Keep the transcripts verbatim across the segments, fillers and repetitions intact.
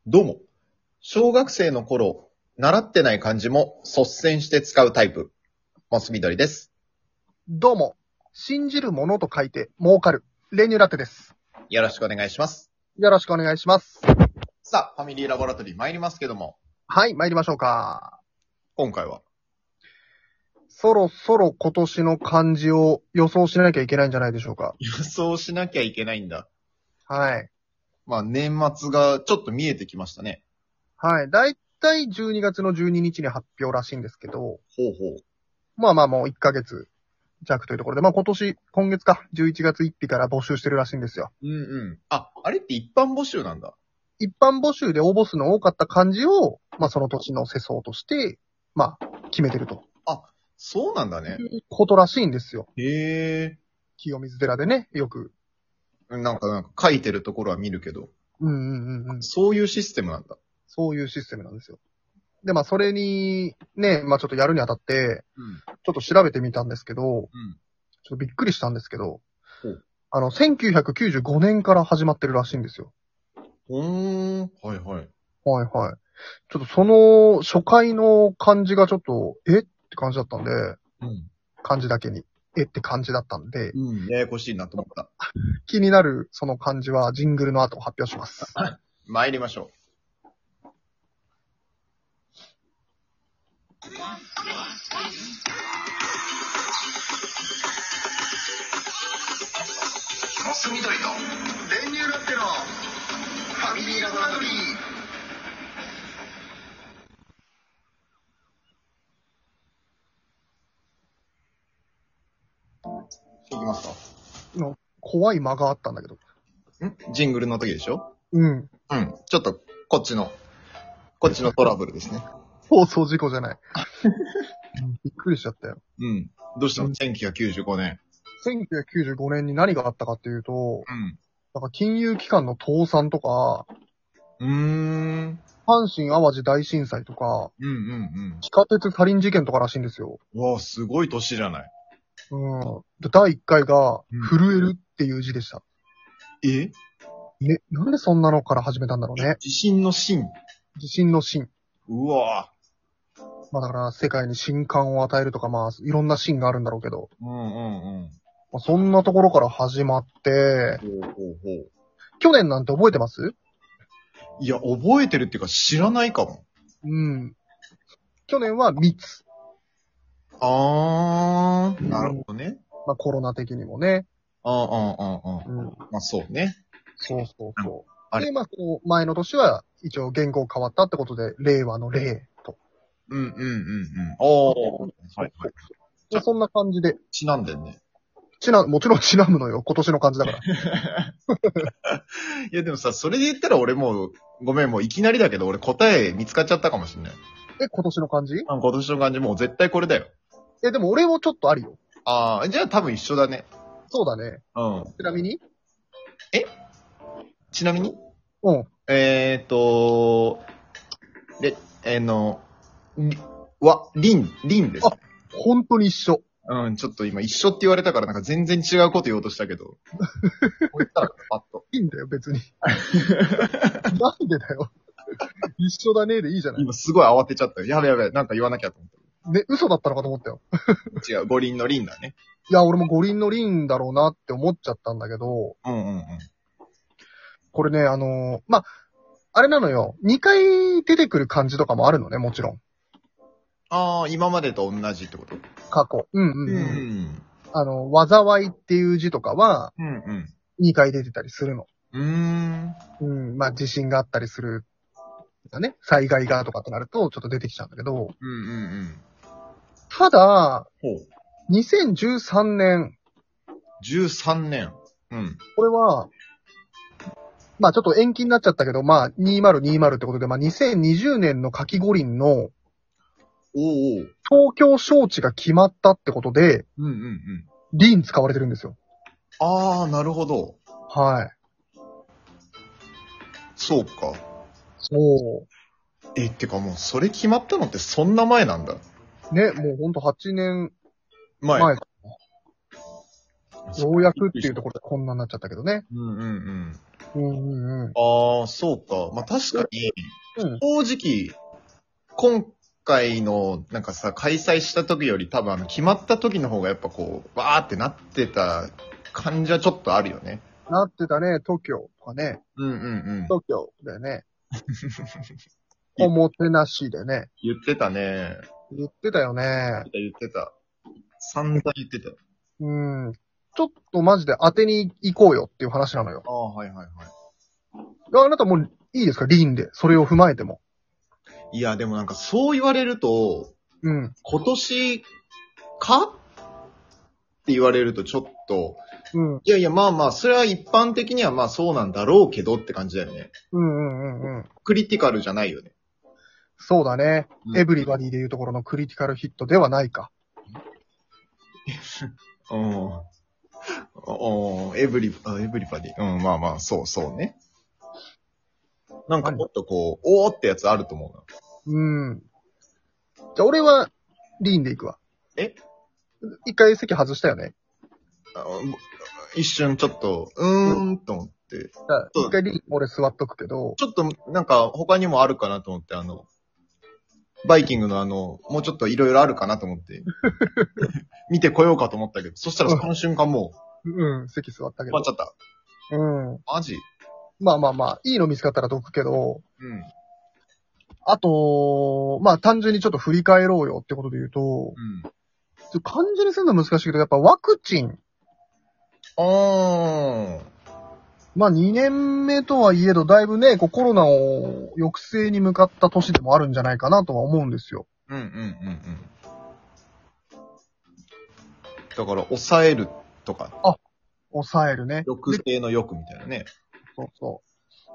どうも。小学生の頃、習ってない漢字も率先して使うタイプ。モス緑です。 どうも。信じるものと書いて、儲かる。練乳ラテです。 よろしくお願いします。 よろしくお願いします。 さあ、ファミリーラボラトリー参りますけども、 はい、参りましょうか。 今回は、 そろそろ今年の漢字を予想しなきゃいけないんじゃないでしょうか。 予想しなきゃいけないんだ。 はい。 まあ、年末がちょっと見えてきましたね。 はい。だいたいじゅうにがつのじゅうににちに発表らしいんですけど、 ほうほう。 まあまあもういっかげつ弱というところで、まあ今年、今月か、じゅういちがつついたちから募集してるらしいんですよ。 うんうん。あ、あれって一般募集なんだ。 一般募集で応募数の多かった漢字を、まあその年の世相として、まあ決めてると。 あ、そうなんだね。 いうことらしいんですよ。 へえ。 清水寺でね、よく。 なんかなんか書いてるところは見るけど、 うんうんうんうん。 そういうシステムなんだ。 そういうシステムなんですよ。で、まあ、それに、ね、まあ、ちょっとやるにあたって、 うん。 ちょっと調べてみたんですけど、 うん。 ちょっとびっくりしたんですけどほう、 あの、せんきゅうひゃくきゅうじゅうごねんから始まってるらしいんですよ。 うーん。はいはい。 はいはい。ちょっとその初回の漢字がちょっと、えって感じだったんで、 うん。 漢字だけに、えって感じだったんで、 うん。ややこしいなと思った。 気になるその漢字はジングルの後発表します。 参りましょう。モス緑の練乳ラッテのファミリーラボラトリー。いきますか。 の怖い間があったんだけど。 んジングルの時でしょ？ うん。 うん。ちょっと、こっちの、こっちのトラブルですね。 放送事故じゃない。うんびっくりしちゃったよ。 うん。どうしたの？ せんきゅうひゃくきゅうじゅうご 年。 せんきゅうひゃくきゅうじゅうごねんに何があったかっていうと、 うん。 なんか金融機関の倒産とか、 うーん。 阪神淡路大震災とか、 うんうん地下鉄サリン事件とからしいんですよ。 うん。うわぁ、すごい年じゃない。 うん。で、だいいっかいがうん、 震えるっていう字でした。 えね、なんでそんなのから始めたんだろうね。 地震の震。 地震の震。 うわまあだから世界に震撼を与えるとか、まあいろんな震があるんだろうけど、 ぁ。うんうんうん。 まあ、そんなところから始まって、 ほうほうほう。 去年なんて覚えてます？ いや、覚えてるっていうか知らないかも。 うん。去年は密。 あー、なるほどね。 まあコロナ的にもね。 あーあーあーあー。 うん。 まあそうね。 そうそうそう。 あれで、まあ、その前の年は一応言語変わったってことで、令和の令と。 うんうんうんうん。おー。はいはい。 でそんな感じで、 ちなんでんね。 ちな、もちろんちなむのよ。今年の漢字だから。 いやでもさ、それで言ったら俺もう、ごめん、もういきなりだけど俺答え見つかっちゃったかもしんない。 え、今年の漢字？ あ、今年の漢字もう絶対これだよ。 え、でも俺もちょっとあるよ。 あー、じゃあ多分一緒だね。 そうだね。 うん。 ちなみにちなみにうん。 えーっと、で、えーの、りわ、りん、りんですね。 本当に一緒。 うん、ちょっと今一緒って言われたからなんか全然違うこと言おうとしたけど。こう言ったらパッと。 いいんだよ、別に。なんでだよ。一緒だねでいいじゃない。 今すごい慌てちゃったよ。やべやべ、なんか言わなきゃと思っね、嘘だったのかと思ったよ。 た。違う、五輪の輪だね。 いや、俺も五輪の輪だろうなって思っちゃったんだけど、 うんうんうん。 これね、あのーまあ、あれなのよ。にかい出てくる漢字とかもあるのね、もちろん。 ああ、今までと同じってこと？ 過去。うんうんううん。 ん。 あの、災いっていう字とかはうんうん。 にかい出てたりするの。 うーん。 うん、まあ地震があったりする。だね。災害がとかってなるとちょっと出てきちゃうんだけど。 うんうんうん。 ただ、 ほう。 にせんじゅうさんねん、 じゅうさんねん。うん。 これは、まあちょっと延期になっちゃったけど、まあにせんにじゅうってことで、まあにせんにじゅうねんの夏季五輪のおうおう。 東京招致が決まったってことで、 うんうんうん。 輪使われてるんですよ。 ああ、なるほど。 はい。 そうか。 そえ、ってかもうそれ決まったのってそんな前なんだ。 う。ね、もうほんとはちねん前。 前。ようやくっていうところでこんなになっちゃったけどね。 うんうんうん。 うんうんうん。 ああ、そうか。まあ確かに、 うん。 正直、今回のなんかさ、開催した時より多分あの決まった時の方がやっぱこう、わーってなってた感じはちょっとあるよね。 なってたね、東京とかね。 うんうんうん。 東京だよね。おもてなしでね。 言ってたね。 言ってたよね。 言ってた。散々言ってた。 うん。ちょっとマジで当てに行こうよっていう話なのよ。 ああ、はいはいはい。 あなたもういいですかリーンで。それを踏まえても。 いや、でもなんかそう言われると、 うん。 今年かって言われるとちょっと、 うん。 いやいや、まあまあ、それは一般的にはまあそうなんだろうけどって感じだよね。 うんうんうんうん。 クリティカルじゃないよね。 そうだね。 うんエブリバディでいうところのクリティカルヒットではないか。 うん。うん、エブリ、あエブリバディ。うん、まあまあ、そうそうね。なんかもっとこう、おーってやつあると思うな。 うん。じゃあ俺はリーンで行くわ。 え一回席外したよね。 あ一瞬ちょっと、うーんと思って。 じゃあ一回リーン俺座っとくけど。 ちょっとなんか他にもあるかなと思って、あの、バイキングのあの、もうちょっといろいろあるかなと思って、見てこようかと思ったけど、そしたらその瞬間もうん、席座ったう、 けど。 終わっちゃった。 うん。 マジまあまあまあ、いいの見つかったらどくけど、 うん。 あと、まあ単純にちょっと振り返ろうよってことで言うと、 うん。 ちょ漢字にするの難しいけど、やっぱワクチン。 あー。 まあにねんめとはいえど、だいぶね、こうコロナを抑制に向かった年でもあるんじゃないかなとは思うんですよ。 うんうんうんうん。だから、抑えるとか、 抑えるね。 抑で、 制の抑みたいなね。 そうそう。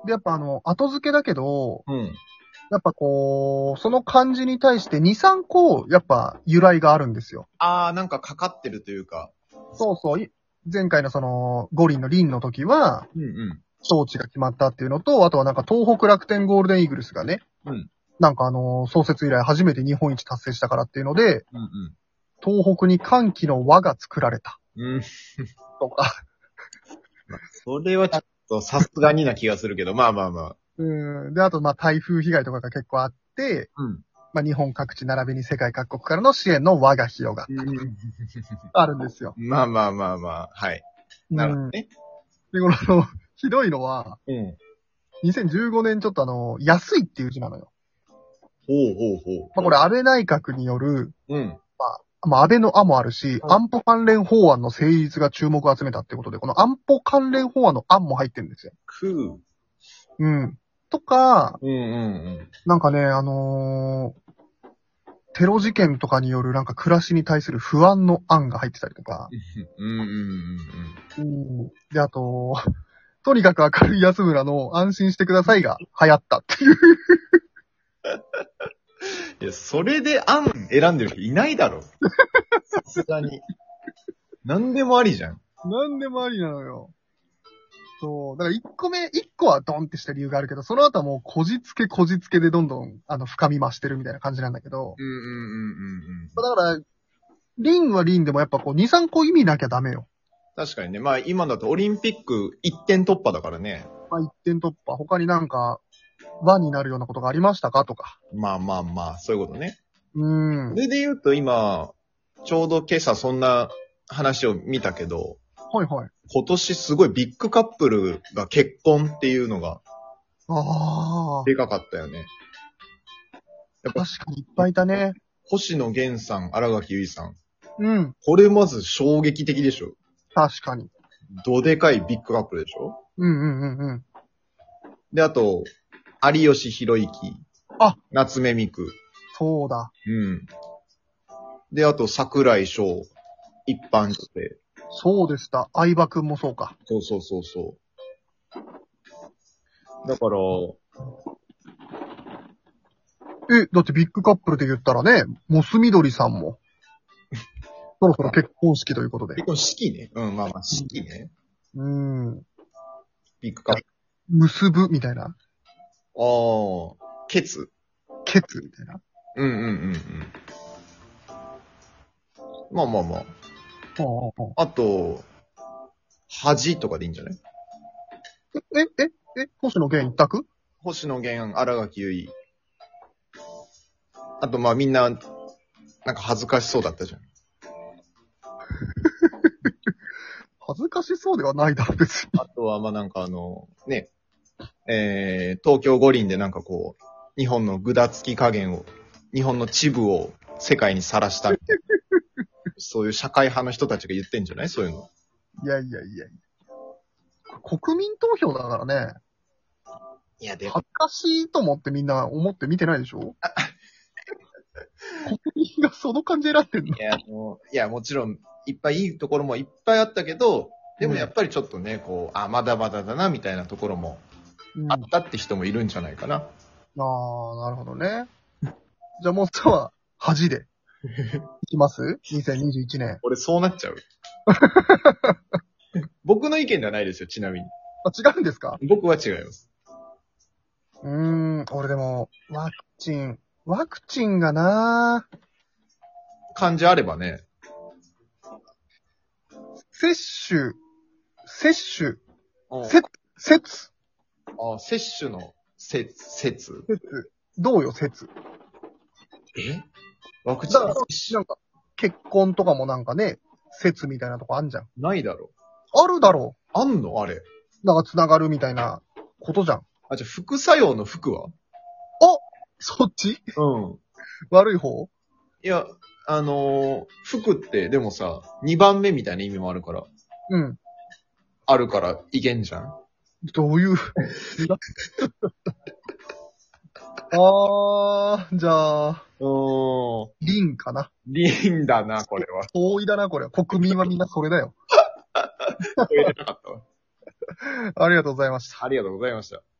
で、やっぱあの、後付けだけど、 うん。 やっぱこう、その漢字に対してに、さんこ、やっぱ由来があるんですよ。 あー、なんかかかってるというか。 そうそう。い前回のその、五輪の輪の時は、 うんうん。 招致が決まったっていうのと、あとはなんか東北楽天ゴールデンイーグルスがね、 うん。 なんかあの、創設以来初めて日本一達成したからっていうので、 うん東北に歓喜の輪が作られた。 うん。うん。 とか。 それはちょっとさすがにな気がするけど、まあまあまあ。 うん。で、あとまあ台風被害とかが結構あって、 うん。 まあ日本各地並びに世界各国からの支援の輪が広がっあるんですよ。 まあまあまあまあ、はい。なるほうん。 どね。 で、この、あのひどいのは、 うん。 にせんじゅうごねんちょっとあの、安いっていう字なのよ。 ほうほうほう。 まあこれ安倍内閣による、 うん。 まあ安倍の案もあるし、 うん安保関連法案の成立が注目を集めたってことで、この安保関連法案の案も入ってるんですよ。 くう。 うん。とか、 うんうんなんかね、あのーテロ事件とかによるなんか暮らしに対する不安の案が入ってたりとか。 うん。うんうんうんうん。で、あと、とにかく明るい安村の安心してくださいが流行ったっていう。 いや、それで案選んでる人いないだろ。さすがに。何でもありじゃん。 なんでもありなのよ。そう。だから一個目、一個はドンってした理由があるけど、その後はもうこじつけこじつけでどんどん、あの、深み増してるみたいな感じなんだけど。 うんうんうんうんだから、リンはリンでもやっぱこう、に、さんこ意味なきゃダメよ。 確かにね。まあ今だとオリンピック一点突破だからね。 まあ、一点突破。他になんか、輪になるようなことがありましたかとか。 まあまあまあ、そういうことね。 うーん。 それで言うと今、ちょうど今朝そんな話を見たけど、 はいはい。 今年すごいビッグカップルが結婚っていうのがああ。 でかかったよね。やっぱ確かにいっぱいいたね。 星野源さん、新垣結衣さん。 うん。 これまず衝撃的でしょ。 確かに。 どでかいビッグカップルでしょ。 うんうんうんうん。 で、あと、有吉弘行。 あ夏目美久。 そうだ。 うん。で、あと、桜井翔。一般女性。 そうでした。相葉くんもそうか。 そうそうそうそう。だから、 え、だってビッグカップルで言ったらね、モスミドリさんも、そろそろ結婚式ということで。 結婚式ね。うん、まあまあ、式ね。 うーん。 ビッグカップル。 結ぶみたいな。 ああ、ケツ。 ケツみたいな。 うんうんうんうん。まあまあまあ。 ほうほうほうあと、恥とかでいいんじゃない？ え、え、え、星野源一択？ 星野源、新垣結衣。あと、まあみんな、なんか恥ずかしそうだったじゃん。 恥ずかしそうではないだろ、別に。 あとは、まあなんかあの、ね、えー、東京五輪でなんかこう、日本のぐだつき加減を、日本の秩父を世界にさらしたみたいな。そういう社会派の人たちが言ってんじゃないそういうの。 いやいやいやいや。国民投票だからね。 いや、で、 恥ずかしいと思ってみんな思って見てないでしょ？国民がその感じで選んでんの？ いや、もう、いや、もちろん、いっぱいいいところもいっぱいあったけど、でもやっぱりちょっとね、こう、あ、まだまだだな、みたいなところもうん。ああったって人もいるんじゃないかな。 あー、なるほどね。じゃあもう今日は恥で。いきます ?にせんにじゅういち 年。 俺そうなっちゃう。僕の意見ではないですよ、ちなみに。 あ、違うんですか？ 僕は違います。 うーん、俺でも、ワクチン、ワクチンがなぁ、 感じあればね。 接種、接種、 うんせ、節、 あ、接種の説、説節、どうよ、節。 えワクチンだから、 接種なんか、結婚とかもなんかね、節みたいなとこあんじゃん。 ないだろ。 あるだろあんのあれ。 う。なんか繋がるみたいなことじゃん。 あ、じゃあ副作用の副はおそっちうん。 悪い方？ いや、あのー、服ってでもさ、にばんめみたいな意味もあるから、 うん。 あるからいけんじゃん。 どういう。あー、じゃあ、 うーん。 リンかな。 リンだな、これは。 遠いだな、これ。国民はみんなそれだよ。 超えれなかったわ。 ありがとうございました。 ありがとうございました。